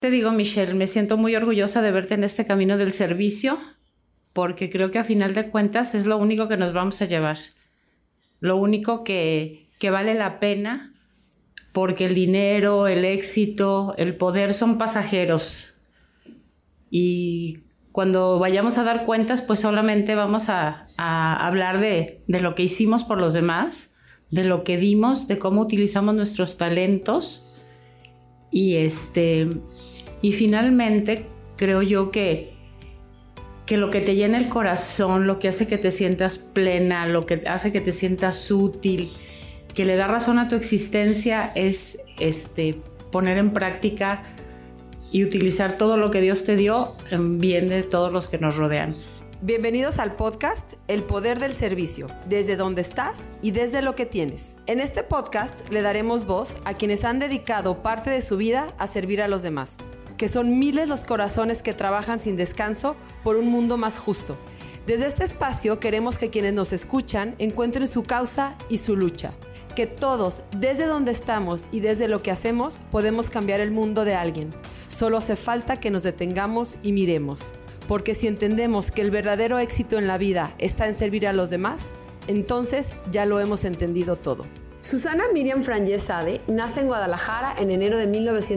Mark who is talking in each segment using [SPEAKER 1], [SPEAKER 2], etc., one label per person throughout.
[SPEAKER 1] Te digo, Michelle, me siento muy orgullosa de verte en este camino del servicio, porque creo que a final de cuentas es lo único que nos vamos a llevar, lo único que vale la pena, porque el dinero, el éxito, el poder son pasajeros. Y cuando vayamos a dar cuentas, pues solamente vamos a hablar de lo que hicimos por los demás, de lo que dimos, de cómo utilizamos nuestros talentos. Y finalmente creo yo que lo que te llena el corazón, lo que hace que te sientas plena, lo que hace que te sientas útil, que le da razón a tu existencia es poner en práctica y utilizar todo lo que Dios te dio en bien de todos los que nos rodean.
[SPEAKER 2] Bienvenidos al podcast El Poder del Servicio, desde donde estás y desde lo que tienes. En este podcast le daremos voz a quienes han dedicado parte de su vida a servir a los demás, que son miles los corazones que trabajan sin descanso por un mundo más justo. Desde este espacio queremos que quienes nos escuchan encuentren su causa y su lucha, que todos, desde donde estamos y desde lo que hacemos, podemos cambiar el mundo de alguien. Solo hace falta que nos detengamos y miremos. Porque si entendemos que el verdadero éxito en la vida está en servir a los demás, entonces ya lo hemos entendido todo. Susana Miriam Frangé Sade nace en Guadalajara en enero de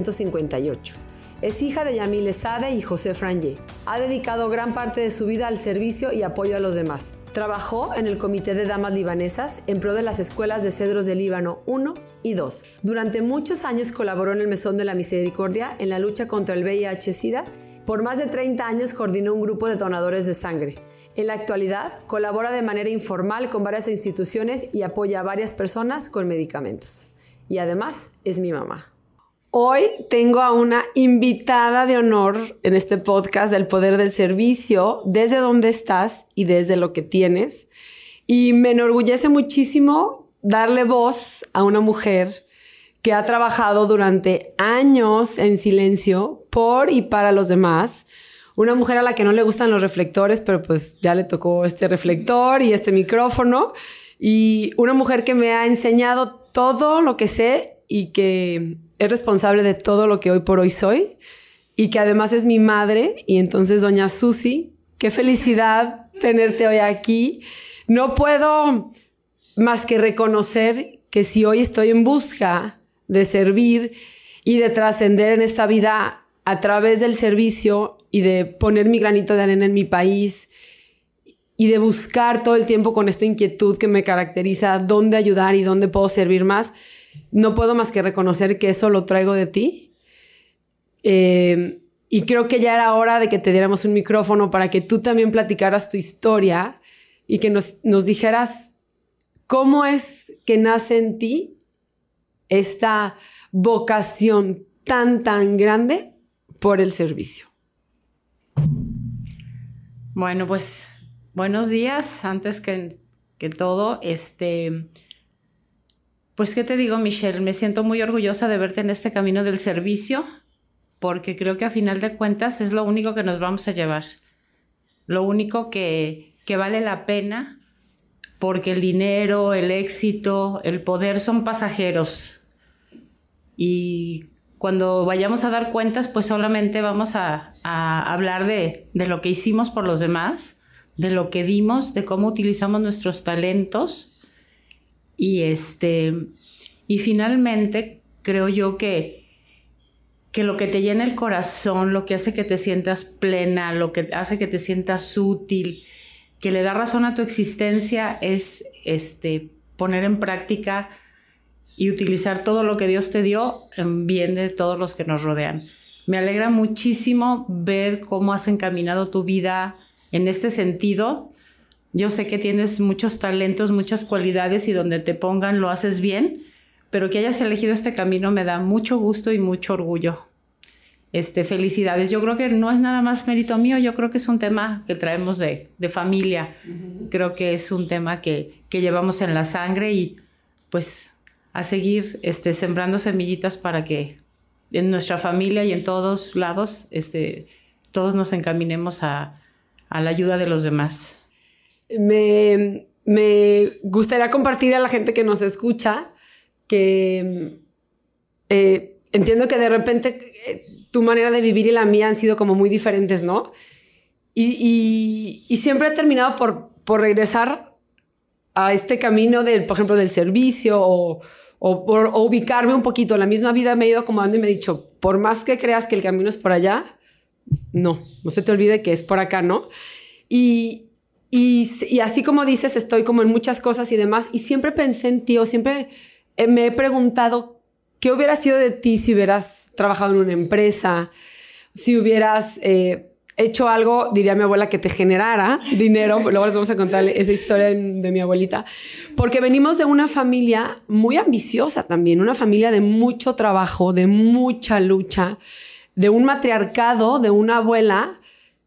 [SPEAKER 2] 1958. Es hija de Yamile Sade y José Frangé. Ha dedicado gran parte de su vida al servicio y apoyo a los demás. Trabajó en el Comité de Damas Libanesas en pro de las escuelas de Cedros de Líbano 1 y 2. Durante muchos años colaboró en el Mesón de la Misericordia en la lucha contra el VIH-Sida. Por más de 30 años coordinó un grupo de donadores de sangre. En la actualidad, colabora de manera informal con varias instituciones y apoya a varias personas con medicamentos. Y además, es mi mamá. Hoy tengo a una invitada de honor en este podcast del Poder del Servicio, desde donde estás y desde lo que tienes. Y me enorgullece muchísimo darle voz a una mujer que ha trabajado durante años en silencio por y para los demás. Una mujer a la que no le gustan los reflectores, pero pues ya le tocó este reflector y este micrófono. Y una mujer que me ha enseñado todo lo que sé y que es responsable de todo lo que hoy por hoy soy. Y que además es mi madre. Y entonces, doña Susi, qué felicidad tenerte hoy aquí. No puedo más que reconocer que si hoy estoy en busca de servir y de trascender en esta vida a través del servicio y de poner mi granito de arena en mi país y de buscar todo el tiempo con esta inquietud que me caracteriza dónde ayudar y dónde puedo servir más, no puedo más que reconocer que eso lo traigo de ti. Y creo que ya era hora de que te diéramos un micrófono para que tú también platicaras tu historia y que nos dijeras cómo es que nace en ti esta vocación tan grande por el servicio.
[SPEAKER 1] Bueno, pues buenos días. Antes que todo, pues qué te digo, Michelle, me siento muy orgullosa de verte en este camino del servicio, porque creo que a final de cuentas es lo único que nos vamos a llevar, lo único que vale la pena, porque el dinero, el éxito, el poder son pasajeros. Y cuando vayamos a dar cuentas, pues solamente vamos a hablar de lo que hicimos por los demás, de lo que dimos, de cómo utilizamos nuestros talentos. Y finalmente creo yo que lo que te llena el corazón, lo que hace que te sientas plena, lo que hace que te sientas útil, que le da razón a tu existencia es poner en práctica y utilizar todo lo que Dios te dio en bien de todos los que nos rodean. Me alegra muchísimo ver cómo has encaminado tu vida en este sentido. Yo sé que tienes muchos talentos, muchas cualidades y donde te pongan lo haces bien, pero que hayas elegido este camino me da mucho gusto y mucho orgullo. Felicidades. Yo creo que no es nada más mérito mío, yo creo que es un tema que traemos de familia. Uh-huh. Creo que es un tema que llevamos en la sangre y pues a seguir sembrando semillitas para que en nuestra familia y en todos lados todos nos encaminemos a la ayuda de los demás.
[SPEAKER 2] Me gustaría compartir a la gente que nos escucha que entiendo que de repente tu manera de vivir y la mía han sido como muy diferentes, ¿no? Y siempre he terminado por regresar a este camino por ejemplo, del servicio o ubicarme un poquito. La misma vida me ha ido acomodando y me he dicho, por más que creas que el camino es por allá, no se te olvide que es por acá, ¿no? Y así como dices, estoy como en muchas cosas y demás, y siempre pensé en ti, o siempre me he preguntado qué hubiera sido de ti si hubieras trabajado en una empresa, si hubieras hecho algo, diría mi abuela, que te generara dinero. Luego les vamos a contar esa historia de mi abuelita, porque venimos de una familia muy ambiciosa también, una familia de mucho trabajo, de mucha lucha, de un matriarcado, de una abuela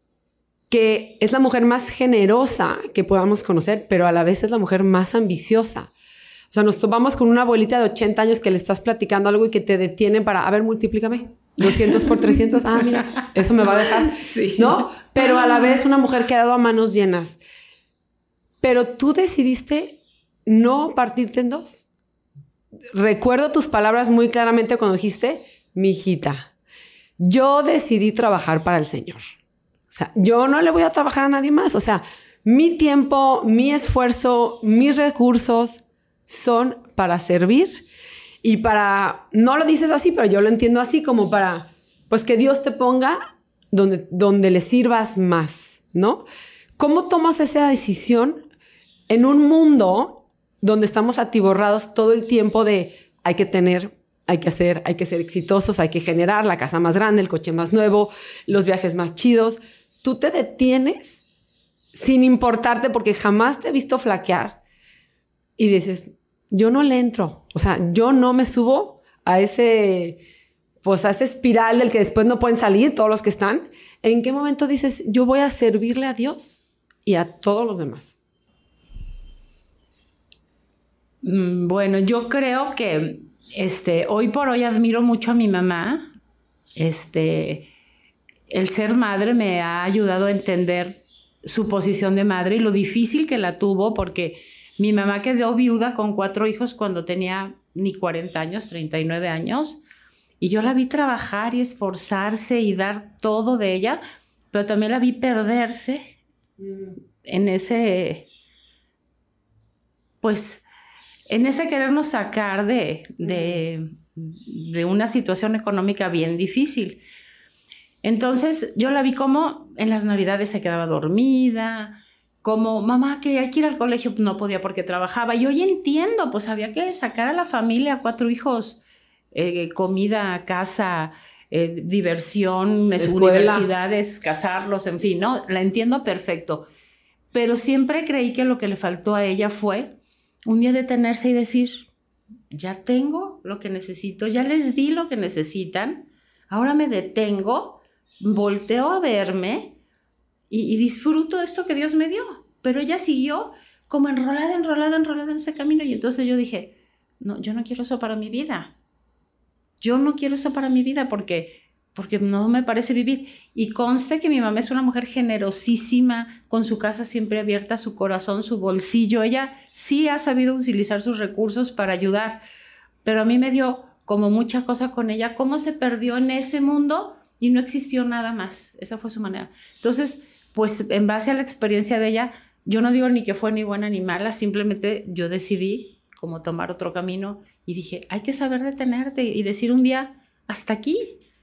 [SPEAKER 2] que es la mujer más generosa que podamos conocer, pero a la vez es la mujer más ambiciosa. O sea, nos topamos con una abuelita de 80 años que le estás platicando algo y que te detiene para, a ver, multiplícame 200 por 300. Ah, mira, eso me va a dejar, sí, ¿no? Pero a la vez una mujer que ha dado a manos llenas. Pero tú decidiste no partirte en dos. Recuerdo tus palabras muy claramente cuando dijiste, mijita, yo decidí trabajar para el Señor. O sea, yo no le voy a trabajar a nadie más. O sea, mi tiempo, mi esfuerzo, mis recursos son para servir y para, no lo dices así, pero yo lo entiendo así, como para, pues que Dios te ponga donde le sirvas más, ¿no? ¿Cómo tomas esa decisión en un mundo donde estamos atiborrados todo el tiempo de hay que tener, hay que hacer, hay que ser exitosos, hay que generar la casa más grande, el coche más nuevo, los viajes más chidos? Tú te detienes sin importarte, porque jamás te he visto flaquear, y dices, yo no le entro. O sea, yo no me subo a ese espiral del que después no pueden salir todos los que están. ¿En qué momento dices, yo voy a servirle a Dios y a todos los demás?
[SPEAKER 1] Bueno, yo creo que hoy por hoy admiro mucho a mi mamá. El ser madre me ha ayudado a entender su posición de madre y lo difícil que la tuvo, porque mi mamá quedó viuda con 4 hijos cuando tenía ni 40 años, 39 años, y yo la vi trabajar y esforzarse y dar todo de ella, pero también la vi perderse en ese querernos sacar de una situación económica bien difícil. Entonces yo la vi como en las Navidades se quedaba dormida, como mamá que hay que ir al colegio, no podía porque trabajaba. Y hoy entiendo, pues había que sacar a la familia, 4 hijos, comida, casa, diversión, universidades, casarlos, en fin, ¿no? La entiendo perfecto. Pero siempre creí que lo que le faltó a ella fue un día detenerse y decir, ya tengo lo que necesito, ya les di lo que necesitan, ahora me detengo, volteo a verme y disfruto esto que Dios me dio. Pero ella siguió como enrolada en ese camino. Y entonces yo dije, no, yo no quiero eso para mi vida. Yo no quiero eso para mi vida porque no me parece vivir. Y conste que mi mamá es una mujer generosísima, con su casa siempre abierta, su corazón, su bolsillo. Ella sí ha sabido utilizar sus recursos para ayudar. Pero a mí me dio como mucha cosa con ella, cómo se perdió en ese mundo y no existió nada más. Esa fue su manera. Entonces, pues en base a la experiencia de ella, yo no digo ni que fue ni buena ni mala, simplemente yo decidí como tomar otro camino y dije, hay que saber detenerte y decir un día, hasta aquí.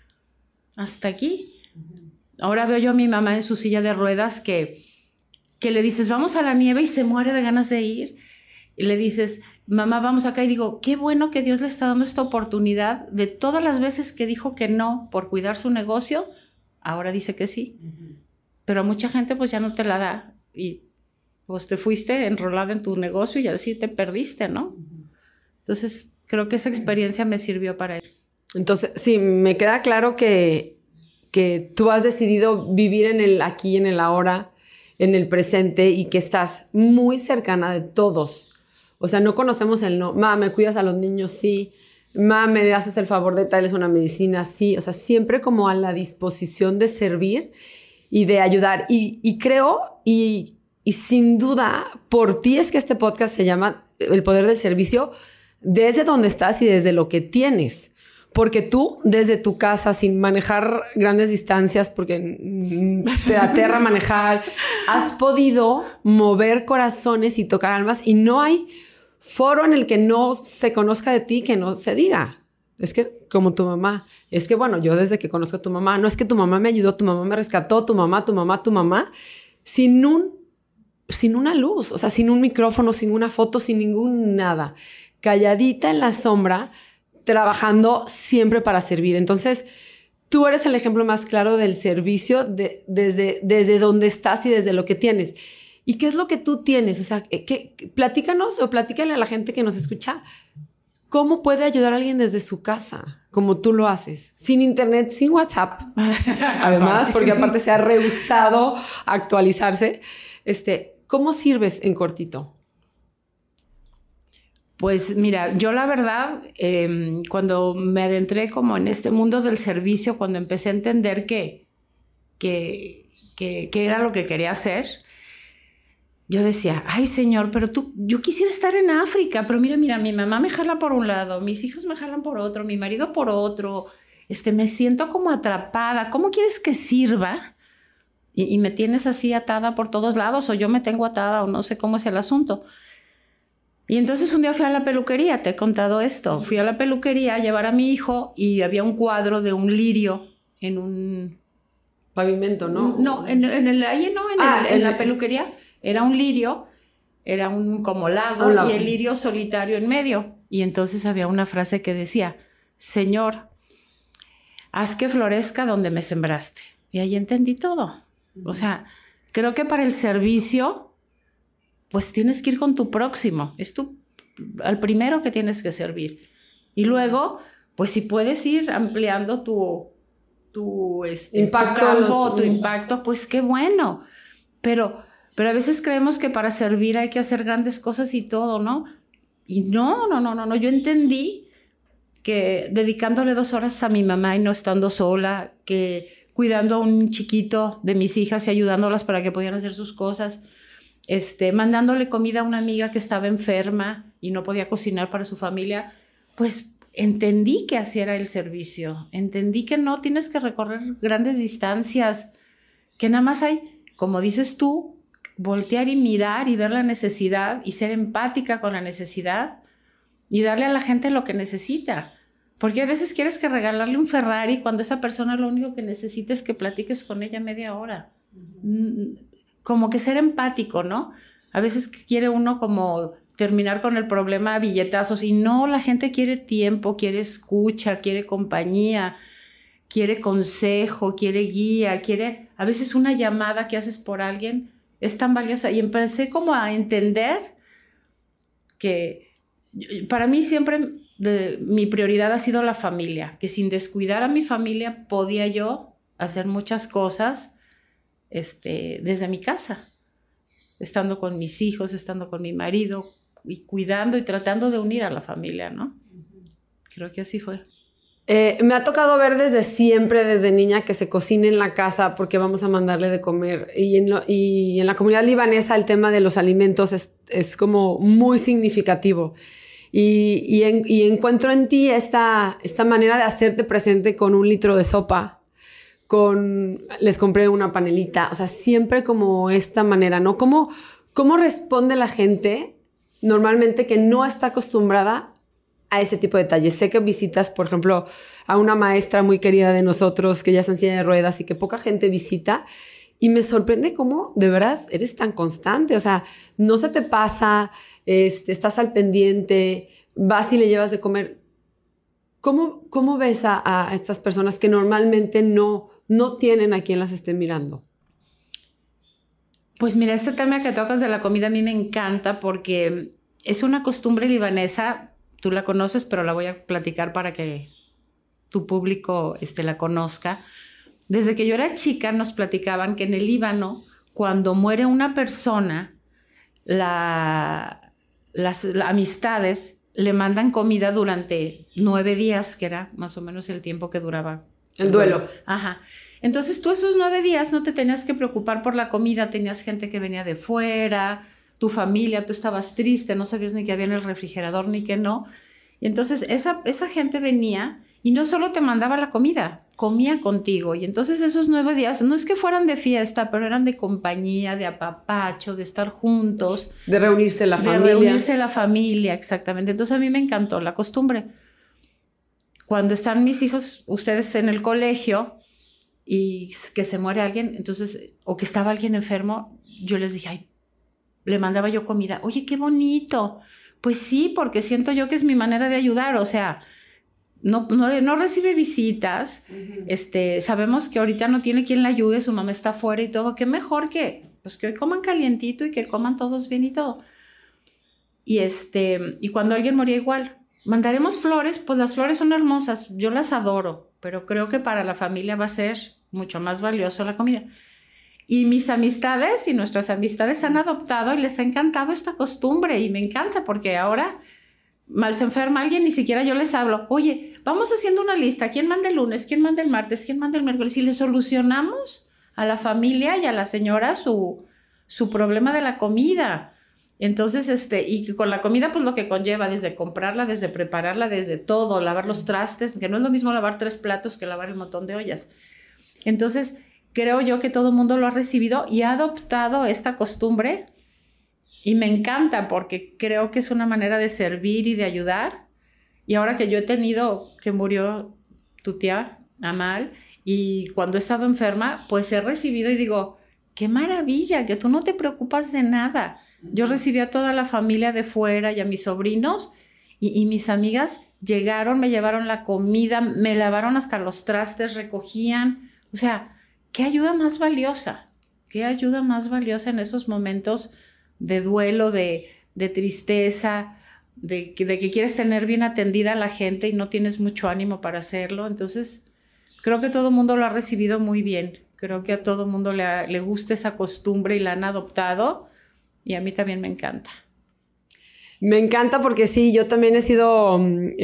[SPEAKER 1] Ahora veo yo a mi mamá en su silla de ruedas que le dices, vamos a la nieve y se muere de ganas de ir. Y le dices, mamá, vamos acá. Y digo, qué bueno que Dios le está dando esta oportunidad de todas las veces que dijo que no por cuidar su negocio, ahora dice que sí. Pero a mucha gente pues ya no te la da y pues te fuiste enrolada en tu negocio y así te perdiste, ¿no? Entonces creo que esa experiencia me sirvió para eso.
[SPEAKER 2] Entonces, sí, me queda claro que tú has decidido vivir en el aquí, en el ahora, en el presente, y que estás muy cercana de todos. O sea, no conocemos el no. Ma, ¿me cuidas a los niños? Sí. Ma, ¿me haces el favor de traerles una medicina? Sí. O sea, siempre como a la disposición de servir y de ayudar. Y creo, y sin duda, por ti es que este podcast se llama El Poder del Servicio, desde donde estás y desde lo que tienes. porque tú, desde tu casa, sin manejar grandes distancias, porque te aterra manejar, has podido mover corazones y tocar almas, y no hay foro en el que no se conozca de ti, que no se diga. Es que como tu mamá, es que bueno, yo desde que conozco a tu mamá, no es que tu mamá me ayudó, tu mamá me rescató, tu mamá, sin una luz, o sea, sin un micrófono, sin una foto, sin ningún nada, calladita en la sombra, trabajando siempre para servir. Entonces, tú eres el ejemplo más claro del servicio desde donde estás y desde lo que tienes. ¿Y qué es lo que tú tienes? O sea, platícanos o platícale a la gente que nos escucha cómo puede ayudar a alguien desde su casa, como tú lo haces, sin internet, sin WhatsApp, además, porque aparte se ha rehusado a actualizarse. ¿Cómo sirves en cortito?
[SPEAKER 1] Pues mira, yo la verdad, cuando me adentré como en este mundo del servicio, cuando empecé a entender que era lo que quería hacer, yo decía, ay Señor, pero yo quisiera estar en África, pero mira, mi mamá me jala por un lado, mis hijos me jalan por otro, mi marido por otro, me siento como atrapada, ¿cómo quieres que sirva? Y me tienes así atada por todos lados, o yo me tengo atada, o no sé cómo es el asunto. Y entonces un día fui a la peluquería, te he contado esto, fui a la peluquería a llevar a mi hijo y había un cuadro de un lirio en un...
[SPEAKER 2] Pavimento, ¿no?
[SPEAKER 1] No, en la peluquería era un lirio, era un como lago y el lirio solitario en medio. Y entonces había una frase que decía, Señor, haz que florezca donde me sembraste. Y ahí entendí todo. O sea, creo que para el servicio... pues tienes que ir con tu próximo, es al primero que tienes que servir. Y luego, pues si puedes ir ampliando tu
[SPEAKER 2] impacto,
[SPEAKER 1] tu impacto, pues qué bueno. Pero a veces creemos que para servir hay que hacer grandes cosas y todo, ¿no? Y no, yo entendí que dedicándole 2 horas a mi mamá y no estando sola, que cuidando a un chiquito de mis hijas y ayudándolas para que pudieran hacer sus cosas, mandándole comida a una amiga que estaba enferma y no podía cocinar para su familia, pues entendí que así era el servicio. Entendí que no tienes que recorrer grandes distancias, que nada más hay, como dices tú, voltear y mirar y ver la necesidad y ser empática con la necesidad y darle a la gente lo que necesita. Porque a veces quieres que regalarle un Ferrari cuando esa persona lo único que necesita es que platiques con ella media hora. Como que ser empático, ¿no? A veces quiere uno como terminar con el problema a billetazos y no, la gente quiere tiempo, quiere escucha, quiere compañía, quiere consejo, quiere guía, quiere... A veces una llamada que haces por alguien es tan valiosa. Y empecé como a entender que para mí siempre mi prioridad ha sido la familia, que sin descuidar a mi familia podía yo hacer muchas cosas desde mi casa, estando con mis hijos, estando con mi marido y cuidando y tratando de unir a la familia, ¿no? Creo que así fue.
[SPEAKER 2] Me ha tocado ver desde siempre, desde niña, que se cocina en la casa porque vamos a mandarle de comer. Y en la comunidad libanesa el tema de los alimentos es como muy significativo. Y encuentro en ti esta manera de hacerte presente con 1 litro de sopa, les compré una panelita, o sea, siempre como esta manera, ¿no? ¿Cómo responde la gente normalmente que no está acostumbrada a ese tipo de detalles? Sé que visitas, por ejemplo, a una maestra muy querida de nosotros que ya está en silla de ruedas y que poca gente visita, y me sorprende cómo de veras eres tan constante, o sea, no se te pasa, estás al pendiente, vas y le llevas de comer. ¿Cómo ves a estas personas que normalmente no tienen a quien las esté mirando?
[SPEAKER 1] Pues mira, este tema que tocas de la comida a mí me encanta porque es una costumbre libanesa, tú la conoces, pero la voy a platicar para que tu público la conozca. Desde que yo era chica nos platicaban que en el Líbano, cuando muere una persona, las amistades le mandan comida durante 9 días, que era más o menos el tiempo que duraba
[SPEAKER 2] el duelo.
[SPEAKER 1] Ajá. Entonces tú esos 9 días no te tenías que preocupar por la comida, tenías gente que venía de fuera, tu familia, tú estabas triste, no sabías ni qué había en el refrigerador ni qué no. Y entonces esa gente venía Y no solo te mandaba la comida, comía contigo. Y entonces esos 9 días, no es que fueran de fiesta, pero eran de compañía, de apapacho, de estar juntos.
[SPEAKER 2] De reunirse la familia.
[SPEAKER 1] De reunirse la familia, exactamente. Entonces a mí me encantó la costumbre. Cuando están mis hijos, ustedes en el colegio, y que se muere alguien, entonces, o que estaba alguien enfermo, yo les dije, ay, le mandaba yo comida. Oye, qué bonito. Pues sí, porque siento yo que es mi manera de ayudar, o sea... No recibe visitas, sabemos que ahorita no tiene quien la ayude, su mamá está afuera y todo, qué mejor que hoy coman calientito y que coman todos bien y todo. Y cuando alguien moría igual, mandaremos flores, pues las flores son hermosas, yo las adoro, pero creo que para la familia va a ser mucho más valioso la comida. Y mis amistades y nuestras amistades han adoptado y les ha encantado esta costumbre y me encanta porque ahora... Mal se enferma alguien, ni siquiera yo les hablo. Oye, vamos haciendo una lista. ¿Quién manda el lunes? ¿Quién manda el martes? ¿Quién manda el miércoles? Y le solucionamos a la familia y a la señora su problema de la comida. Entonces, y con la comida, pues lo que conlleva, desde comprarla, desde prepararla, desde todo, lavar los trastes, que no es lo mismo lavar 3 platos que lavar el montón de ollas. Entonces, creo yo que todo el mundo lo ha recibido y ha adoptado esta costumbre. Y me encanta porque creo que es una manera de servir y de ayudar. Y ahora que yo he tenido, que murió tu tía, Amal, y cuando he estado enferma, pues he recibido y digo, qué maravilla, que tú no te preocupas de nada. Yo recibí a toda la familia de fuera y a mis sobrinos y mis amigas llegaron, me llevaron la comida, me lavaron hasta los trastes, recogían. O sea, ¿qué ayuda más valiosa? ¿Qué ayuda más valiosa en esos momentos de duelo, de tristeza, de que quieres tener bien atendida a la gente y no tienes mucho ánimo para hacerlo? Entonces, creo que todo el mundo lo ha recibido muy bien. Creo que a todo el mundo le gusta esa costumbre y la han adoptado y a mí también me encanta.
[SPEAKER 2] Me encanta porque sí, yo también he sido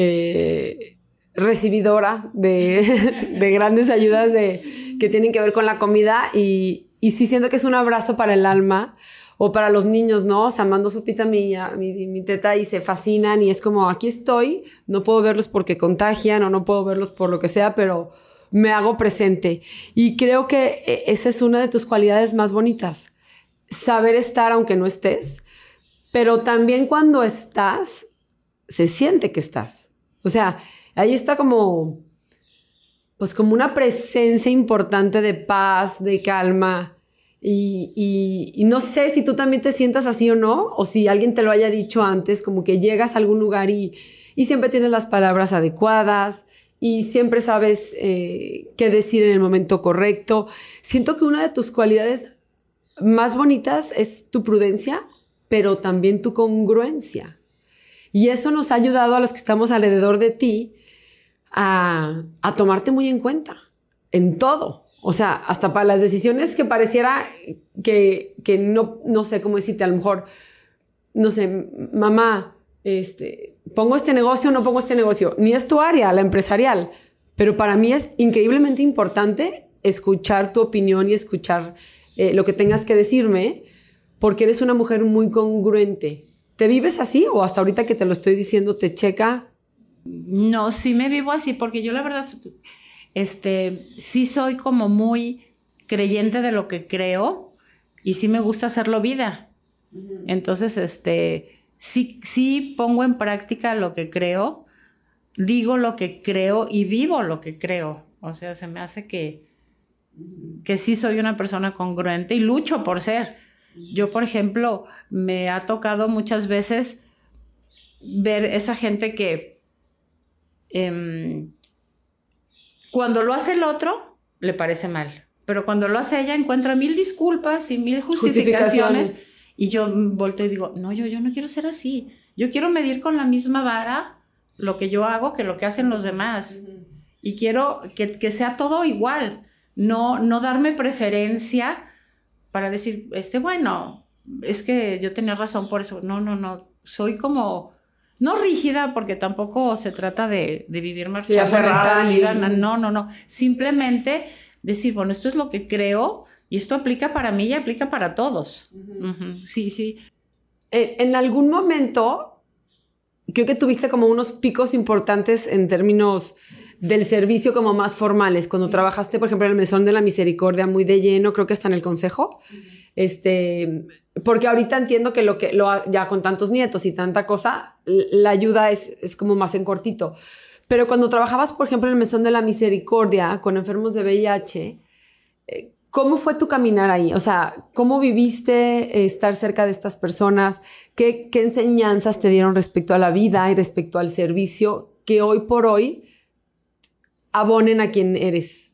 [SPEAKER 2] recibidora de grandes ayudas que tienen que ver con la comida y sí siento que es un abrazo para el alma. O para los niños, ¿no? O sea, mando sopita a mi teta y se fascinan y es como, aquí estoy, no puedo verlos porque contagian o no puedo verlos por lo que sea, pero me hago presente. Y creo que esa es una de tus cualidades más bonitas. Saber estar aunque no estés, pero también cuando estás, se siente que estás. O sea, ahí está como una presencia importante de paz, de calma. Y no sé si tú también te sientas así o no, o si alguien te lo haya dicho antes, como que llegas a algún lugar y siempre tienes las palabras adecuadas y siempre sabes qué decir en el momento correcto. Siento que una de tus cualidades más bonitas es tu prudencia, pero también tu congruencia. Y eso nos ha ayudado a los que estamos alrededor de ti a tomarte muy en cuenta, en todo. O sea, hasta para las decisiones que pareciera que no sé cómo decirte, a lo mejor, no sé, mamá, ¿pongo este negocio o no pongo este negocio? Ni es tu área, la empresarial. Pero para mí es increíblemente importante escuchar tu opinión y escuchar lo que tengas que decirme, porque eres una mujer muy congruente. ¿Te vives así o hasta ahorita que te lo estoy diciendo te checa?
[SPEAKER 1] No, sí me vivo así, porque yo la verdad... sí soy como muy creyente de lo que creo y sí me gusta hacerlo vida. Uh-huh. Entonces, sí pongo en práctica lo que creo, digo lo que creo y vivo lo que creo. O sea, se me hace que sí soy una persona congruente y lucho por ser. Yo, por ejemplo, me ha tocado muchas veces ver esa gente que... cuando lo hace el otro, le parece mal. Pero cuando lo hace ella, encuentra 1000 disculpas y 1000 justificaciones. Y yo volteo y digo, no, yo no quiero ser así. Yo quiero medir con la misma vara lo que yo hago que lo que hacen los demás. Uh-huh. Y quiero que sea todo igual. No darme preferencia para decir, bueno, es que yo tenía razón por eso. No. Soy como... No rígida, porque tampoco se trata de vivir marchando en esta vida. No. Simplemente decir, bueno, esto es lo que creo y esto aplica para mí y aplica para todos. Uh-huh. Uh-huh. Sí.
[SPEAKER 2] En algún momento, creo que tuviste como unos picos importantes en términos del servicio como más formales, cuando trabajaste, por ejemplo, en el Mesón de la Misericordia muy de lleno, creo que hasta en el consejo, porque ahorita entiendo que ya con tantos nietos y tanta cosa, la ayuda es como más en cortito. Pero cuando trabajabas, por ejemplo, en el Mesón de la Misericordia con enfermos de VIH, ¿cómo fue tu caminar ahí? O sea, ¿cómo viviste estar cerca de estas personas? ¿Qué enseñanzas te dieron respecto a la vida y respecto al servicio que hoy por hoy abonen a quien eres?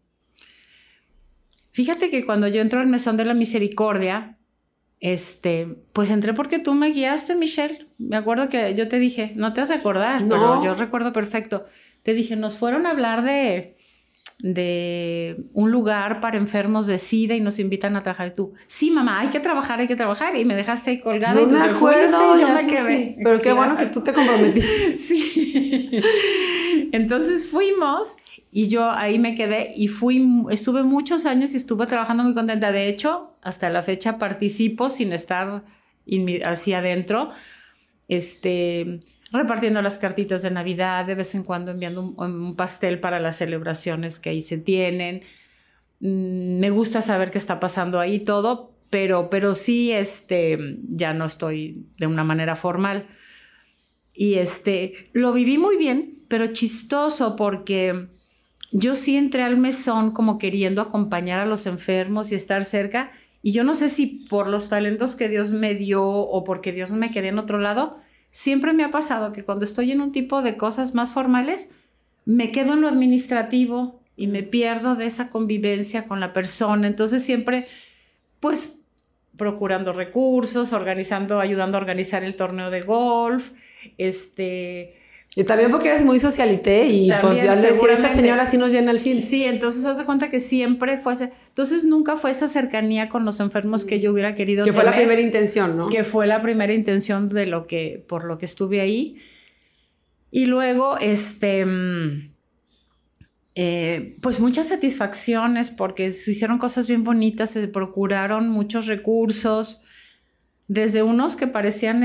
[SPEAKER 1] Fíjate que cuando yo entro al Mesón de la Misericordia, pues entré porque tú me guiaste, Michelle. Me acuerdo que yo te dije, no te vas a acordar,
[SPEAKER 2] no,
[SPEAKER 1] pero yo recuerdo perfecto. Te dije, nos fueron a hablar de un lugar para enfermos de SIDA y nos invitan a trabajar. Y tú, sí, mamá, hay que trabajar. Y me dejaste ahí colgada.
[SPEAKER 2] No me acuerdo,
[SPEAKER 1] yo me quedé.
[SPEAKER 2] Sí. Pero qué bueno que tú te comprometiste.
[SPEAKER 1] Sí. Entonces fuimos y yo ahí me quedé y estuve muchos años y estuve trabajando muy contenta. De hecho, hasta la fecha participo sin estar así adentro, repartiendo las cartitas de Navidad, de vez en cuando enviando un pastel para las celebraciones que ahí se tienen. Me gusta saber qué está pasando ahí todo, pero sí, ya no estoy de una manera formal. Y lo viví muy bien, pero chistoso porque yo sí entré al mesón como queriendo acompañar a los enfermos y estar cerca. Y yo no sé si por los talentos que Dios me dio o porque Dios me quería en otro lado, siempre me ha pasado que cuando estoy en un tipo de cosas más formales, me quedo en lo administrativo y me pierdo de esa convivencia con la persona. Entonces siempre, pues, procurando recursos, ayudando a organizar el torneo de golf,
[SPEAKER 2] Y también porque eres muy socialité y también, pues ya le decía, esta señora sí nos llena el film.
[SPEAKER 1] Sí, entonces haz de cuenta que siempre entonces nunca fue esa cercanía con los enfermos que yo hubiera querido
[SPEAKER 2] tener. Que fue la primera intención, ¿no?
[SPEAKER 1] Que fue la primera intención por lo que estuve ahí. Y luego, pues muchas satisfacciones porque se hicieron cosas bien bonitas, se procuraron muchos recursos, desde unos que parecían,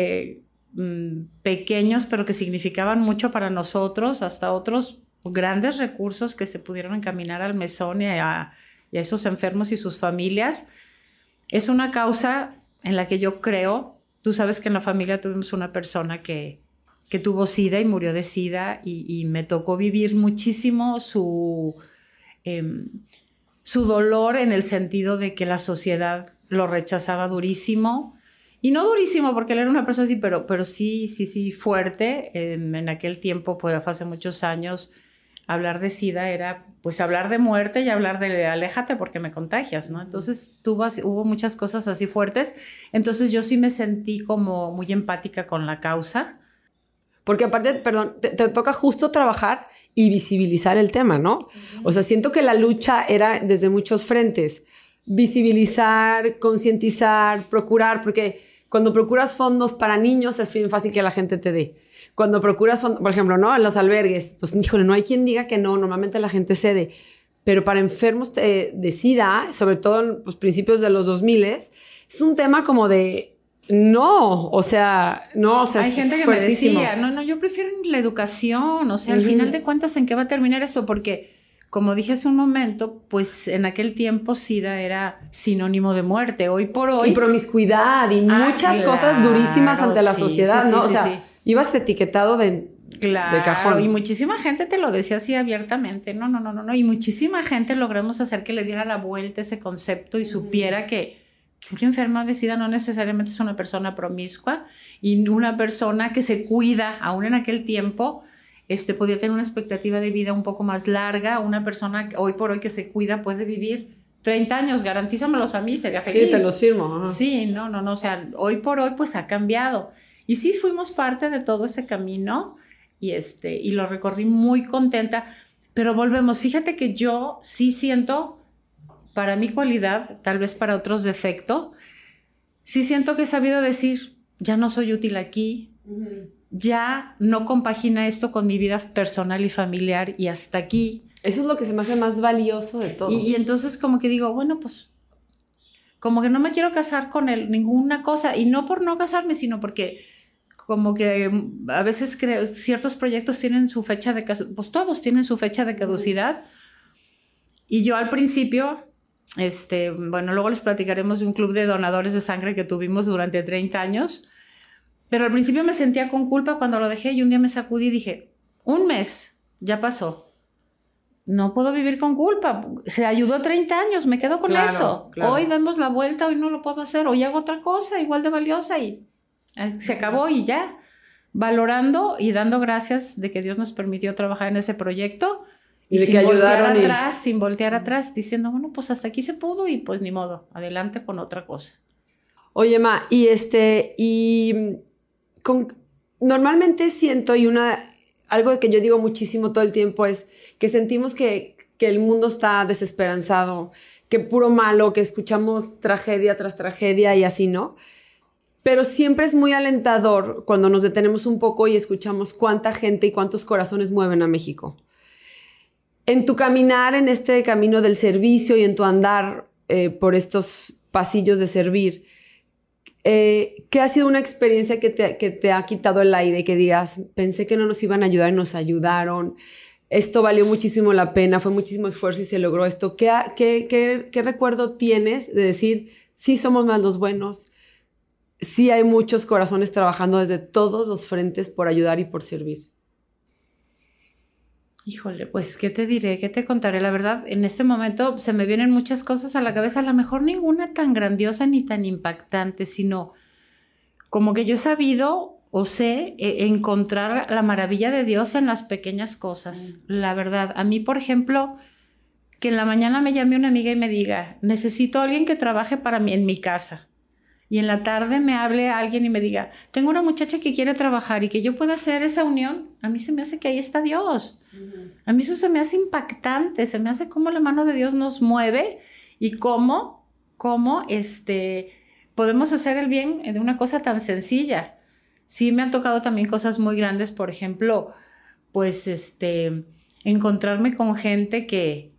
[SPEAKER 1] pequeños pero que significaban mucho para nosotros, hasta otros grandes recursos que se pudieron encaminar al mesón y a esos enfermos y sus familias. Es una causa en la que yo creo. Tú sabes que en la familia tuvimos una persona que tuvo SIDA y murió de SIDA y me tocó vivir muchísimo su dolor, en el sentido de que la sociedad lo rechazaba durísimo. Y no durísimo porque él era una persona así, pero sí fuerte. En aquel tiempo, pues hace muchos años, hablar de SIDA era pues hablar de muerte y hablar de aléjate porque me contagias, ¿no? Entonces hubo muchas cosas así fuertes. Entonces yo sí me sentí como muy empática con la causa.
[SPEAKER 2] Porque aparte, perdón, te toca justo trabajar y visibilizar el tema, ¿no? Uh-huh. O sea, siento que la lucha era desde muchos frentes. Visibilizar, concientizar, procurar, porque cuando procuras fondos para niños es bien fácil que la gente te dé. Cuando procuras fondos, por ejemplo, ¿no? En los albergues, pues, híjole, no hay quien diga que no, normalmente la gente cede. Pero para enfermos de SIDA, sobre todo en los principios de los 2000, es un tema como de no, o sea,
[SPEAKER 1] hay gente que fuertísimo. Me decía, no, yo prefiero la educación, o sea, al final de cuentas, ¿en qué va a terminar esto? Porque, como dije hace un momento, pues en aquel tiempo SIDA era sinónimo de muerte. Hoy por hoy...
[SPEAKER 2] Y promiscuidad y muchas cosas durísimas ante la sociedad, ¿no? O sea, ibas etiquetado de cajón.
[SPEAKER 1] Y muchísima gente te lo decía así abiertamente. No. Y muchísima gente logramos hacer que le diera la vuelta ese concepto y supiera que un enfermo de SIDA no necesariamente es una persona promiscua y una persona que se cuida, aún en aquel tiempo... podía tener una expectativa de vida un poco más larga. Una persona hoy por hoy que se cuida puede vivir 30 años, garantízamelos a mí, sería feliz.
[SPEAKER 2] Sí, te los firmo. Ajá.
[SPEAKER 1] Sí, no, o sea, hoy por hoy pues ha cambiado. Y sí fuimos parte de todo ese camino y lo recorrí muy contenta. Pero volvemos, fíjate que yo sí siento, para mi cualidad, tal vez para otros defecto, sí siento que he sabido decir, ya no soy útil aquí, ya no compagina esto con mi vida personal y familiar y hasta aquí.
[SPEAKER 2] Eso es lo que se me hace más valioso de todo.
[SPEAKER 1] Y entonces como que digo, bueno, pues como que no me quiero casar con él, ninguna cosa. Y no por no casarme, sino porque como que a veces ciertos proyectos tienen su fecha de caducidad, pues todos tienen su fecha de caducidad. Y yo al principio, bueno, luego les platicaremos de un club de donadores de sangre que tuvimos durante 30 años, pero al principio me sentía con culpa cuando lo dejé y un día me sacudí y dije, 1 mes, ya pasó. No puedo vivir con culpa. Se ayudó 30 años, me quedo con eso. Claro. Hoy damos la vuelta, hoy no lo puedo hacer, hoy hago otra cosa igual de valiosa y se acabó y ya. Valorando y dando gracias de que Dios nos permitió trabajar en ese proyecto y de sin voltear atrás, sin voltear atrás, diciendo, bueno, pues hasta aquí se pudo y pues ni modo, adelante con otra cosa.
[SPEAKER 2] Oye, Ma, normalmente siento algo que yo digo muchísimo todo el tiempo es que sentimos que el mundo está desesperanzado, que puro malo, que escuchamos tragedia tras tragedia y así, ¿no? Pero siempre es muy alentador cuando nos detenemos un poco y escuchamos cuánta gente y cuántos corazones mueven a México. En tu caminar, en este camino del servicio y en tu andar por estos pasillos de servir, ¿qué ha sido una experiencia que te ha quitado el aire? Que digas, pensé que no nos iban a ayudar y nos ayudaron. Esto valió muchísimo la pena, fue muchísimo esfuerzo y se logró esto. ¿Qué recuerdo tienes de decir, sí somos más los buenos? Sí hay muchos corazones trabajando desde todos los frentes por ayudar y por servir.
[SPEAKER 1] Híjole, pues, ¿qué te diré? ¿Qué te contaré? La verdad, en este momento se me vienen muchas cosas a la cabeza, a lo mejor ninguna tan grandiosa ni tan impactante, sino como que yo he sabido o sé encontrar la maravilla de Dios en las pequeñas cosas. La verdad, a mí, por ejemplo, que en la mañana me llame una amiga y me diga, necesito a alguien que trabaje para mí en mi casa. Y en la tarde me hable a alguien y me diga, tengo una muchacha que quiere trabajar y que yo pueda hacer esa unión, a mí se me hace que ahí está Dios. A mí eso se me hace impactante, se me hace cómo la mano de Dios nos mueve y cómo podemos hacer el bien de una cosa tan sencilla. Sí me han tocado también cosas muy grandes, por ejemplo, pues encontrarme con gente que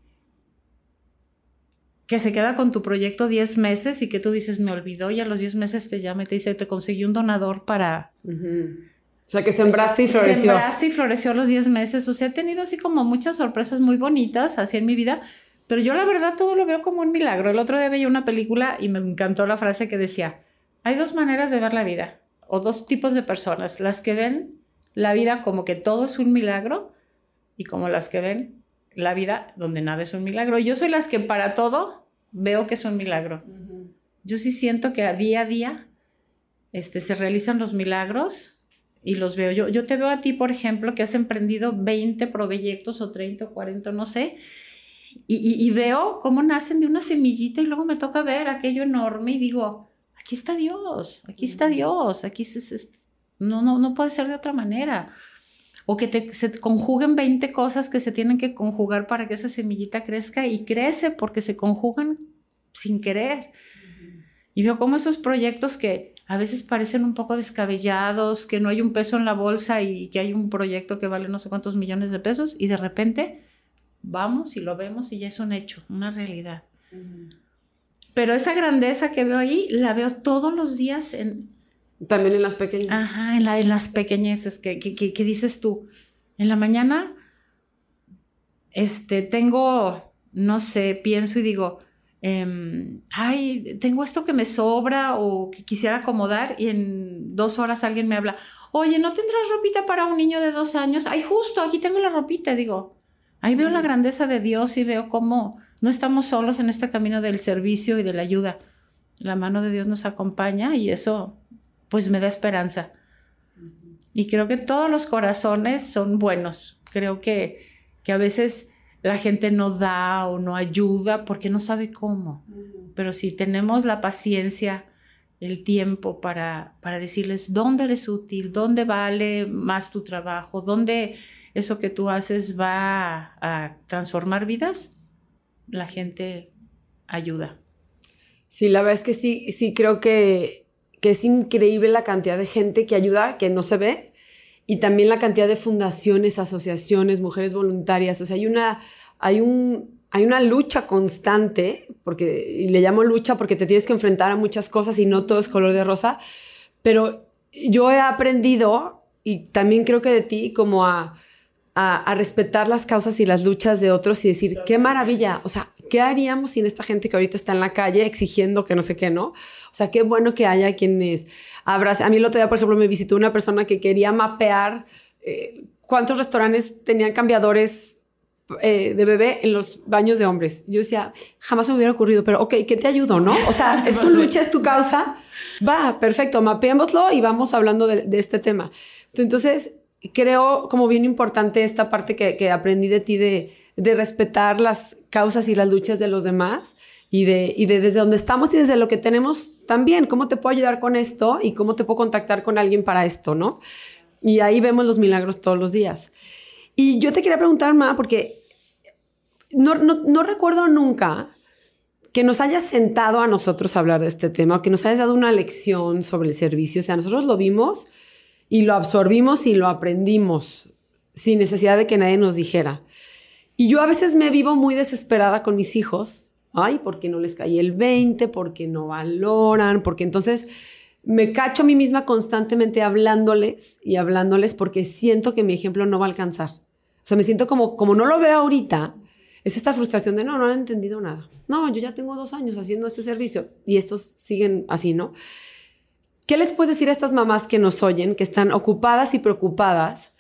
[SPEAKER 1] se queda con tu proyecto 10 meses y que tú dices, me olvidó, y a los 10 meses te llama y te dice, te conseguí un donador para...
[SPEAKER 2] O sea, que sembraste y floreció.
[SPEAKER 1] Sembraste y floreció a los 10 meses. O sea, he tenido así como muchas sorpresas muy bonitas así en mi vida, pero yo la verdad todo lo veo como un milagro. El otro día veía una película y me encantó la frase que decía, hay 2 maneras de ver la vida, o 2 tipos de personas, las que ven la vida como que todo es un milagro y como las que ven la vida donde nada es un milagro. Yo soy las que para todo veo que es un milagro. Yo sí siento que día a día se realizan los milagros y los veo. Yo te veo a ti, por ejemplo, que has emprendido 20 proyectos o 30 o 40, no sé, y veo cómo nacen de una semillita y luego me toca ver aquello enorme y digo, aquí está Dios, aquí está Dios, aquí no puede ser de otra manera. O que se conjuguen 20 cosas que se tienen que conjugar para que esa semillita crezca y crece porque se conjugan sin querer. Y veo cómo esos proyectos que a veces parecen un poco descabellados, que no hay un peso en la bolsa y que hay un proyecto que vale no sé cuántos millones de pesos y de repente vamos y lo vemos y ya es un hecho, una realidad. Pero esa grandeza que veo ahí la veo todos los días
[SPEAKER 2] también en las pequeñas.
[SPEAKER 1] Ajá, en las pequeñeces que dices tú. En la mañana, tengo, no sé, pienso y digo, tengo esto que me sobra o que quisiera acomodar y en 2 horas alguien me habla, oye, ¿no tendrás ropita para un niño de 2 años? Ay, justo, aquí tengo la ropita. Digo, ahí veo la grandeza de Dios y veo cómo no estamos solos en este camino del servicio y de la ayuda. La mano de Dios nos acompaña y eso pues me da esperanza. Y creo que todos los corazones son buenos. Creo que a veces la gente no da o no ayuda porque no sabe cómo. Pero si tenemos la paciencia, el tiempo para decirles dónde eres útil, dónde vale más tu trabajo, dónde eso que tú haces va a transformar vidas, la gente ayuda.
[SPEAKER 2] Sí, la verdad es que sí creo que es increíble la cantidad de gente que ayuda, que no se ve, y también la cantidad de fundaciones, asociaciones, mujeres voluntarias. O sea, hay una lucha constante, y le llamo lucha porque te tienes que enfrentar a muchas cosas y no todo es color de rosa, pero yo he aprendido, y también creo que de ti, como a respetar las causas y las luchas de otros y decir, qué maravilla, o sea, ¿qué haríamos sin esta gente que ahorita está en la calle exigiendo que no sé qué, no? O sea, qué bueno que haya quienes abracen. A mí el otro día, por ejemplo, me visitó una persona que quería mapear cuántos restaurantes tenían cambiadores de bebé en los baños de hombres. Yo decía, jamás me hubiera ocurrido, pero ok, ¿qué te ayudo, no? O sea, es tu lucha, es tu causa. Va, perfecto, mapeémoslo y vamos hablando de este tema. Entonces, creo como bien importante esta parte que aprendí de ti de respetar las causas y las luchas de los demás y de desde donde estamos y desde lo que tenemos también, cómo te puedo ayudar con esto y cómo te puedo contactar con alguien para esto, ¿no? Y ahí vemos los milagros todos los días. Y yo te quería preguntar, Ma, porque no recuerdo nunca que nos hayas sentado a nosotros a hablar de este tema o que nos hayas dado una lección sobre el servicio. O sea, nosotros lo vimos y lo absorbimos y lo aprendimos sin necesidad de que nadie nos dijera. Y yo a veces me vivo muy desesperada con mis hijos. Ay, porque no les cae el 20, porque no valoran, porque entonces me cacho a mí misma constantemente hablándoles porque siento que mi ejemplo no va a alcanzar. O sea, me siento como no lo veo ahorita, es esta frustración de no han entendido nada. No, yo ya tengo 2 años haciendo este servicio y estos siguen así, ¿no? ¿Qué les puedes decir a estas mamás que nos oyen, que están ocupadas y preocupadas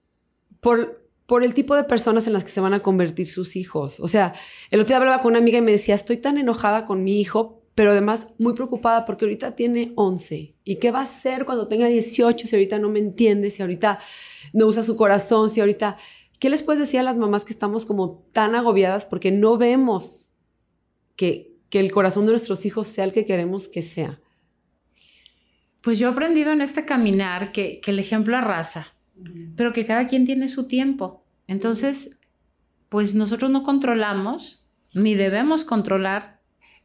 [SPEAKER 2] por el tipo de personas en las que se van a convertir sus hijos? O sea, el otro día hablaba con una amiga y me decía, estoy tan enojada con mi hijo, pero además muy preocupada porque ahorita tiene 11. ¿Y qué va a hacer cuando tenga 18 si ahorita no me entiende, si ahorita no usa su corazón, si ahorita... ¿Qué les puedes decir a las mamás que estamos como tan agobiadas porque no vemos que el corazón de nuestros hijos sea el que queremos que sea?
[SPEAKER 1] Pues yo he aprendido en este caminar que el ejemplo arrasa, pero que cada quien tiene su tiempo. Entonces, pues nosotros no controlamos, ni debemos controlar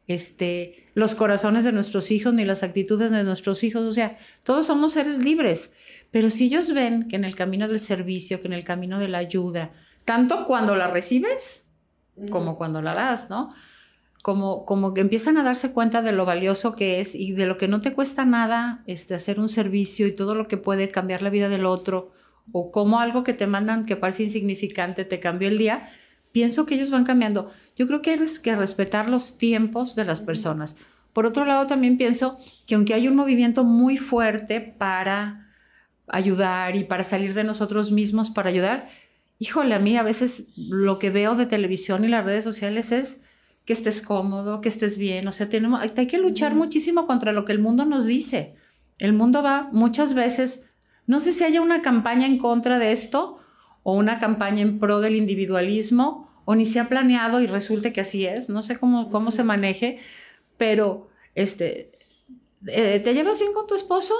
[SPEAKER 1] los corazones de nuestros hijos, ni las actitudes de nuestros hijos. O sea, todos somos seres libres. Pero si ellos ven que en el camino del servicio, que en el camino de la ayuda, tanto cuando la recibes como cuando la das, ¿no? Como que empiezan a darse cuenta de lo valioso que es y de lo que no te cuesta nada hacer un servicio y todo lo que puede cambiar la vida del otro, o como algo que te mandan que parece insignificante te cambió el día, pienso que ellos van cambiando. Yo creo que hay que respetar los tiempos de las personas. Por otro lado, también pienso que aunque hay un movimiento muy fuerte para ayudar y para salir de nosotros mismos para ayudar, híjole, a mí a veces lo que veo de televisión y las redes sociales es que estés cómodo, que estés bien. O sea, hay que luchar muchísimo contra lo que el mundo nos dice. El mundo va muchas veces, no sé si haya una campaña en contra de esto o una campaña en pro del individualismo, o ni se ha planeado y resulte que así es, no sé cómo se maneje, pero ¿te llevas bien con tu esposo?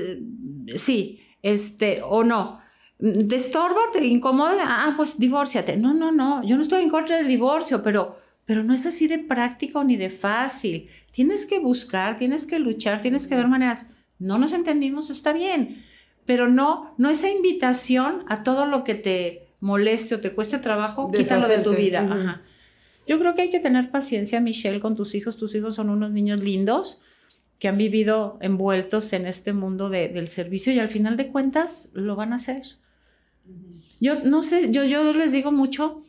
[SPEAKER 1] Sí. O no, te estorba, te incomoda, pues divórciate. No, yo no estoy en contra del divorcio, pero no es así de práctico ni de fácil. Tienes que buscar, tienes que luchar, tienes que ver maneras. No nos entendimos, está bien, pero no esa invitación a todo lo que te moleste o te cueste trabajo, quítalo de tu vida. Ajá. Yo creo que hay que tener paciencia, Michelle, con tus hijos. Tus hijos son unos niños lindos que han vivido envueltos en este mundo del servicio y al final de cuentas lo van a hacer. Yo no sé, yo les digo mucho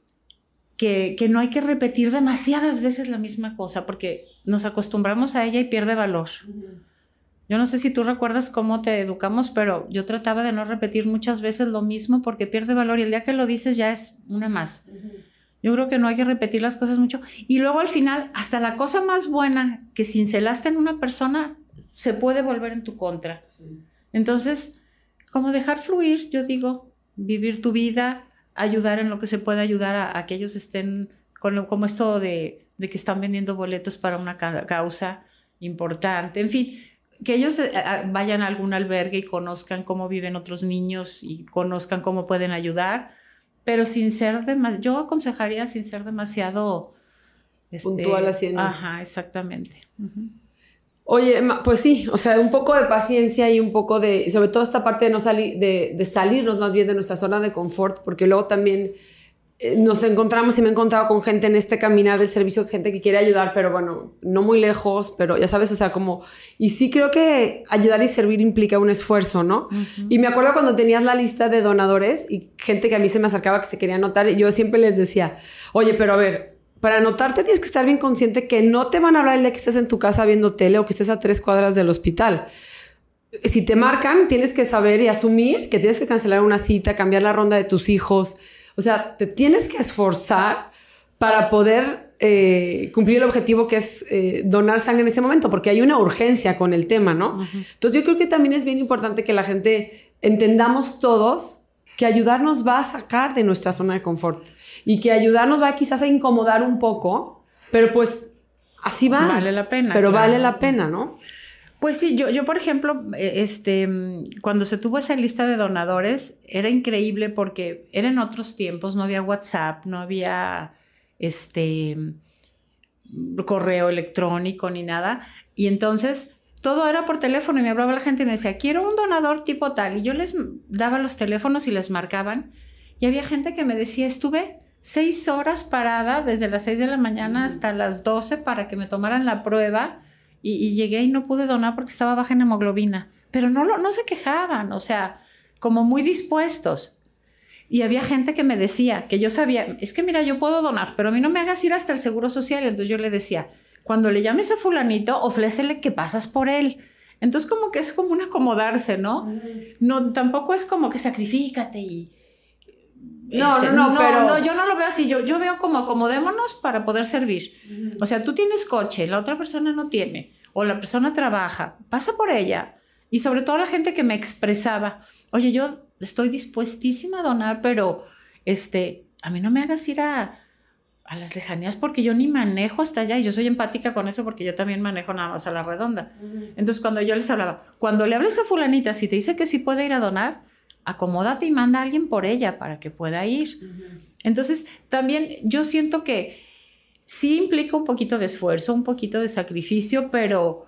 [SPEAKER 1] que no hay que repetir demasiadas veces la misma cosa porque nos acostumbramos a ella y pierde valor. Yo no sé si tú recuerdas cómo te educamos, pero yo trataba de no repetir muchas veces lo mismo porque pierde valor y el día que lo dices ya es una más. Yo creo que no hay que repetir las cosas mucho. Y luego al final, hasta la cosa más buena que cincelaste en una persona se puede volver en tu contra. Sí. Entonces, como dejar fluir, yo digo, vivir tu vida, ayudar en lo que se pueda ayudar a que ellos estén, como esto de que están vendiendo boletos para una causa importante. En fin, que ellos vayan a algún albergue y conozcan cómo viven otros niños y conozcan cómo pueden ayudar. Pero sin ser yo aconsejaría sin ser demasiado
[SPEAKER 2] puntual haciendo.
[SPEAKER 1] Ajá, exactamente.
[SPEAKER 2] Oye, pues sí, o sea, un poco de paciencia y un poco sobre todo esta parte de no salir, de salirnos más bien de nuestra zona de confort, porque luego también nos encontramos y me he encontrado con gente en este caminar del servicio, gente que quiere ayudar, pero bueno, no muy lejos, pero ya sabes, o sea, como... Y sí creo que ayudar y servir implica un esfuerzo, ¿no? Uh-huh. Y me acuerdo cuando tenías la lista de donadores y gente que a mí se me acercaba que se quería anotar, yo siempre les decía, oye, pero a ver, para anotarte tienes que estar bien consciente que no te van a hablar el día que estés en tu casa viendo tele o que estés a 3 cuadras del hospital. Si te marcan, tienes que saber y asumir que tienes que cancelar una cita, cambiar la ronda de tus hijos. O sea, te tienes que esforzar para poder cumplir el objetivo que es donar sangre en ese momento, porque hay una urgencia con el tema, ¿no? Uh-huh. Entonces yo creo que también es bien importante que la gente entendamos todos que ayudarnos va a sacar de nuestra zona de confort y que ayudarnos va quizás a incomodar un poco, pero pues así va.
[SPEAKER 1] Vale la pena.
[SPEAKER 2] Pero claro, vale la pena, ¿no?
[SPEAKER 1] Pues sí, yo por ejemplo, cuando se tuvo esa lista de donadores, era increíble porque eran otros tiempos, no había WhatsApp, no había correo electrónico ni nada. Y entonces todo era por teléfono y me hablaba la gente y me decía, quiero un donador tipo tal. Y yo les daba los teléfonos y les marcaban. Y había gente que me decía, estuve 6 horas parada desde las 6 de la mañana hasta las 12 para que me tomaran la prueba. Y llegué y no pude donar porque estaba baja en hemoglobina. Pero no se quejaban, o sea, como muy dispuestos. Y había gente que me decía, que yo sabía, es que mira, yo puedo donar, pero a mí no me hagas ir hasta el Seguro Social. Entonces yo le decía, cuando le llames a fulanito, ofrécele que pasas por él. Entonces como que es como un acomodarse, ¿no? No, tampoco es como que sacrifícate y...
[SPEAKER 2] No, pero...
[SPEAKER 1] No, yo no lo veo así. Yo veo como acomodémonos para poder servir. Uh-huh. O sea, tú tienes coche, la otra persona no tiene, o la persona trabaja, pasa por ella. Y sobre todo la gente que me expresaba, oye, yo estoy dispuestísima a donar, pero a mí no me hagas ir a las lejanías porque yo ni manejo hasta allá. Y yo soy empática con eso porque yo también manejo nada más a la redonda. Uh-huh. Entonces, cuando yo les hablaba, cuando le hables a fulanita, si te dice que sí puede ir a donar, acomódate y manda a alguien por ella para que pueda ir. Uh-huh. Entonces, también yo siento que sí implica un poquito de esfuerzo, un poquito de sacrificio, pero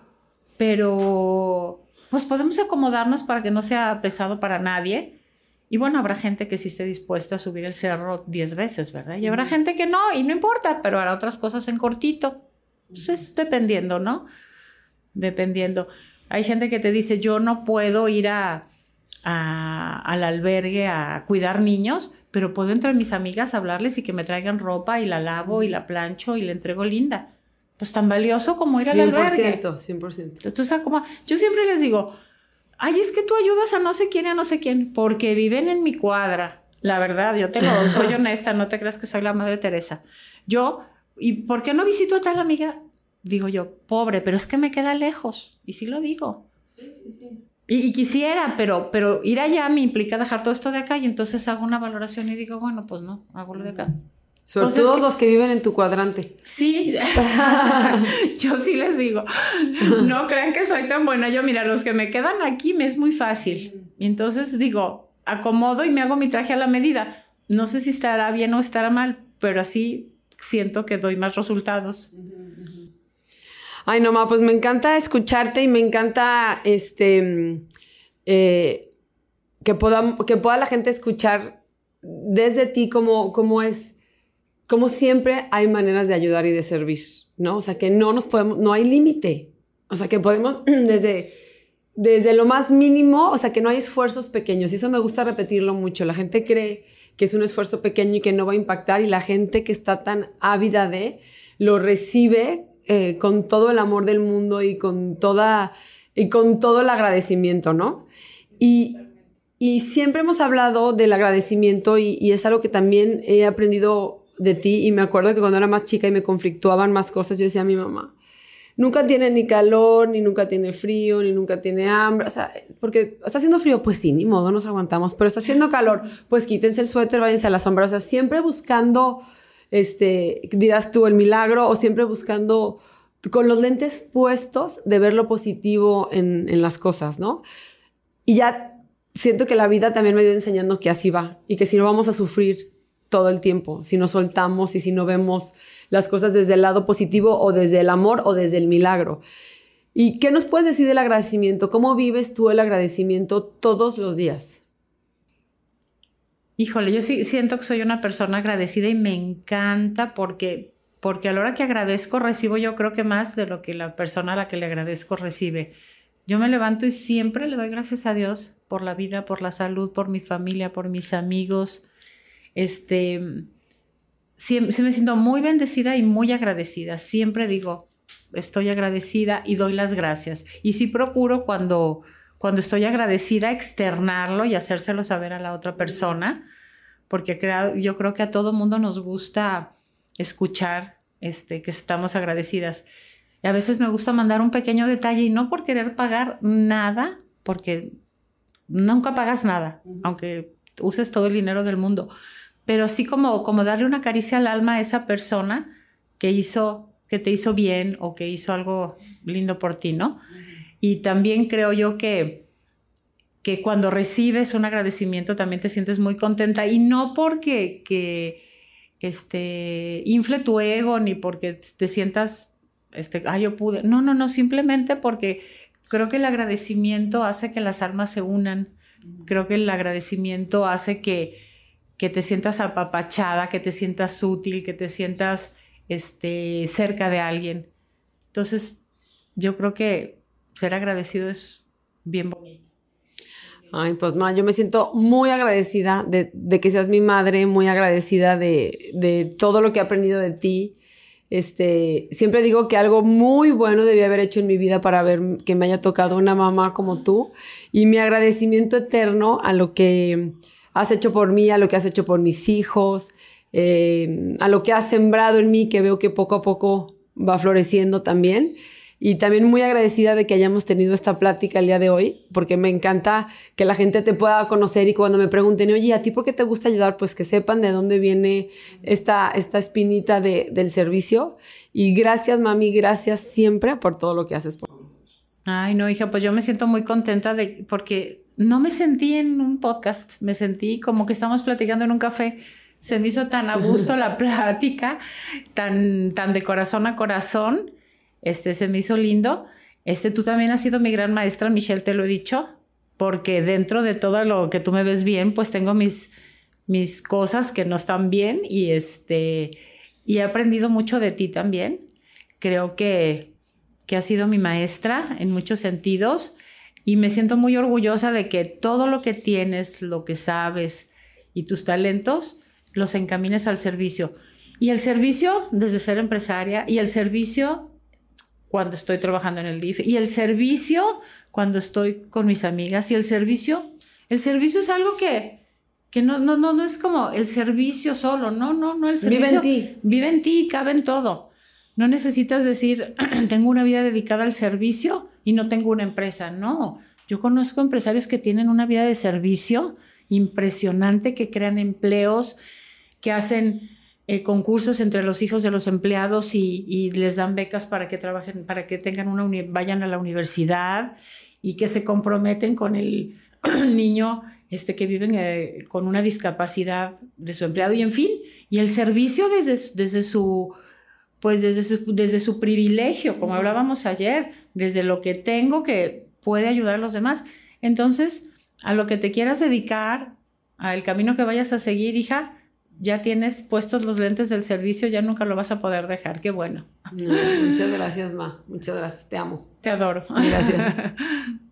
[SPEAKER 1] pues podemos acomodarnos para que no sea pesado para nadie. Y bueno, habrá gente que sí esté dispuesta a subir el cerro 10 veces, ¿verdad? Y habrá gente que no, y no importa, pero hará otras cosas en cortito. Entonces, dependiendo, ¿no? Dependiendo. Hay gente que te dice, yo no puedo ir al albergue a cuidar niños, pero puedo entre mis amigas hablarles y que me traigan ropa y la lavo y la plancho y la entrego linda. Pues tan valioso como ir al albergue.
[SPEAKER 2] 100%.
[SPEAKER 1] Entonces, como, yo siempre les digo, ay, es que tú ayudas a no sé quién y a no sé quién, porque viven en mi cuadra. La verdad, yo soy honesta, no te creas que soy la Madre Teresa. ¿Y por qué no visito a tal amiga? Digo yo, pobre, pero es que me queda lejos. Y sí lo digo. Sí. Y quisiera, pero ir allá me implica dejar todo esto de acá y entonces hago una valoración y digo, bueno, pues no, hago lo de acá.
[SPEAKER 2] Sobre todo los que viven en tu cuadrante.
[SPEAKER 1] Sí, yo sí les digo, no crean que soy tan buena. Yo, mira, los que me quedan aquí me es muy fácil. Y entonces digo, acomodo y me hago mi traje a la medida. No sé si estará bien o estará mal, pero así siento que doy más resultados.
[SPEAKER 2] Ay, no, ma, pues me encanta escucharte y me encanta que pueda la gente escuchar desde ti cómo siempre hay maneras de ayudar y de servir, ¿no? O sea, que no hay límite. O sea, que podemos desde lo más mínimo, o sea, que no hay esfuerzos pequeños. Y eso me gusta repetirlo mucho. La gente cree que es un esfuerzo pequeño y que no va a impactar, y la gente que está tan ávida lo recibe con todo el amor del mundo y con todo el agradecimiento, ¿no? Y siempre hemos hablado del agradecimiento y es algo que también he aprendido de ti, y me acuerdo que cuando era más chica y me conflictuaban más cosas, yo decía a mi mamá, nunca tiene ni calor, ni nunca tiene frío, ni nunca tiene hambre, o sea, porque está haciendo frío, pues sí, ni modo, nos aguantamos, pero está haciendo calor, pues quítense el suéter, váyanse a la sombra, o sea, siempre buscando, dirás tú, el milagro, o siempre buscando, con los lentes puestos, de ver lo positivo en las cosas, ¿no? Y ya siento que la vida también me ha ido enseñando que así va, y que si no vamos a sufrir todo el tiempo, si no soltamos y si no vemos las cosas desde el lado positivo o desde el amor o desde el milagro. ¿Y qué nos puedes decir del agradecimiento? ¿Cómo vives tú el agradecimiento todos los días?
[SPEAKER 1] híjole, yo sí siento que soy una persona agradecida y me encanta porque a la hora que agradezco recibo, yo creo que más de lo que la persona a la que le agradezco recibe. Yo me levanto y siempre le doy gracias a Dios por la vida, por la salud, por mi familia, por mis amigos. Sí me siento muy bendecida y muy agradecida. Siempre digo, estoy agradecida y doy las gracias. Y sí procuro cuando estoy agradecida externarlo y hacérselo saber a la otra persona, porque yo creo que a todo mundo nos gusta escuchar que estamos agradecidas. Y a veces me gusta mandar un pequeño detalle y no por querer pagar nada, porque nunca pagas nada, aunque uses todo el dinero del mundo, pero sí como darle una caricia al alma a esa persona que te hizo bien o que hizo algo lindo por ti, ¿no? Y también creo yo que cuando recibes un agradecimiento también te sientes muy contenta, y no porque infle tu ego ni porque te sientas, yo pude. No, simplemente porque creo que el agradecimiento hace que las almas se unan. Creo que el agradecimiento hace que te sientas apapachada, que te sientas útil, que te sientas cerca de alguien. Entonces, yo creo que ser agradecido es bien bonito.
[SPEAKER 2] Ay, pues ma, yo me siento muy agradecida de que seas mi madre, muy agradecida de todo lo que he aprendido de ti. Siempre digo que algo muy bueno debí haber hecho en mi vida para ver que me haya tocado una mamá como tú, y mi agradecimiento eterno a lo que has hecho por mí, a lo que has hecho por mis hijos, a lo que has sembrado en mí, que veo que poco a poco va floreciendo también. Y también muy agradecida de que hayamos tenido esta plática el día de hoy, porque me encanta que la gente te pueda conocer y cuando me pregunten, oye, ¿a ti por qué te gusta ayudar? Pues que sepan de dónde viene esta espinita del servicio. Y gracias, mami, gracias siempre por todo lo que haces por nosotros.
[SPEAKER 1] Ay, no, hija, pues yo me siento muy contenta porque no me sentí en un podcast, me sentí como que estamos platicando en un café. Se me hizo tan a gusto la plática, tan de corazón a corazón. Se me hizo lindo. Tú también has sido mi gran maestra, Michelle, te lo he dicho, porque dentro de todo lo que tú me ves bien, pues tengo mis cosas que no están bien, y he aprendido mucho de ti también. Creo que has sido mi maestra en muchos sentidos, y me siento muy orgullosa de que todo lo que tienes, lo que sabes y tus talentos, los encamines al servicio. Y el servicio desde ser empresaria, y el servicio cuando estoy trabajando en el DIF, y el servicio cuando estoy con mis amigas, y el servicio es algo que no es como el servicio solo, no, el servicio vive en ti, cabe en todo. No necesitas decir, tengo una vida dedicada al servicio y no tengo una empresa. No, yo conozco empresarios que tienen una vida de servicio impresionante, que crean empleos, que hacen concursos entre los hijos de los empleados y les dan becas para que trabajen, para que tengan vayan a la universidad, y que se comprometen con el niño que vive con una discapacidad de su empleado, y en fin, y el servicio desde su privilegio, como hablábamos ayer, desde lo que tengo que puede ayudar a los demás. Entonces, a lo que te quieras dedicar, al camino que vayas a seguir, hija, ya tienes puestos los lentes del servicio, ya nunca lo vas a poder dejar. Qué bueno.
[SPEAKER 2] Muchas gracias, ma. Muchas gracias. Te amo.
[SPEAKER 1] Te adoro.
[SPEAKER 2] Gracias.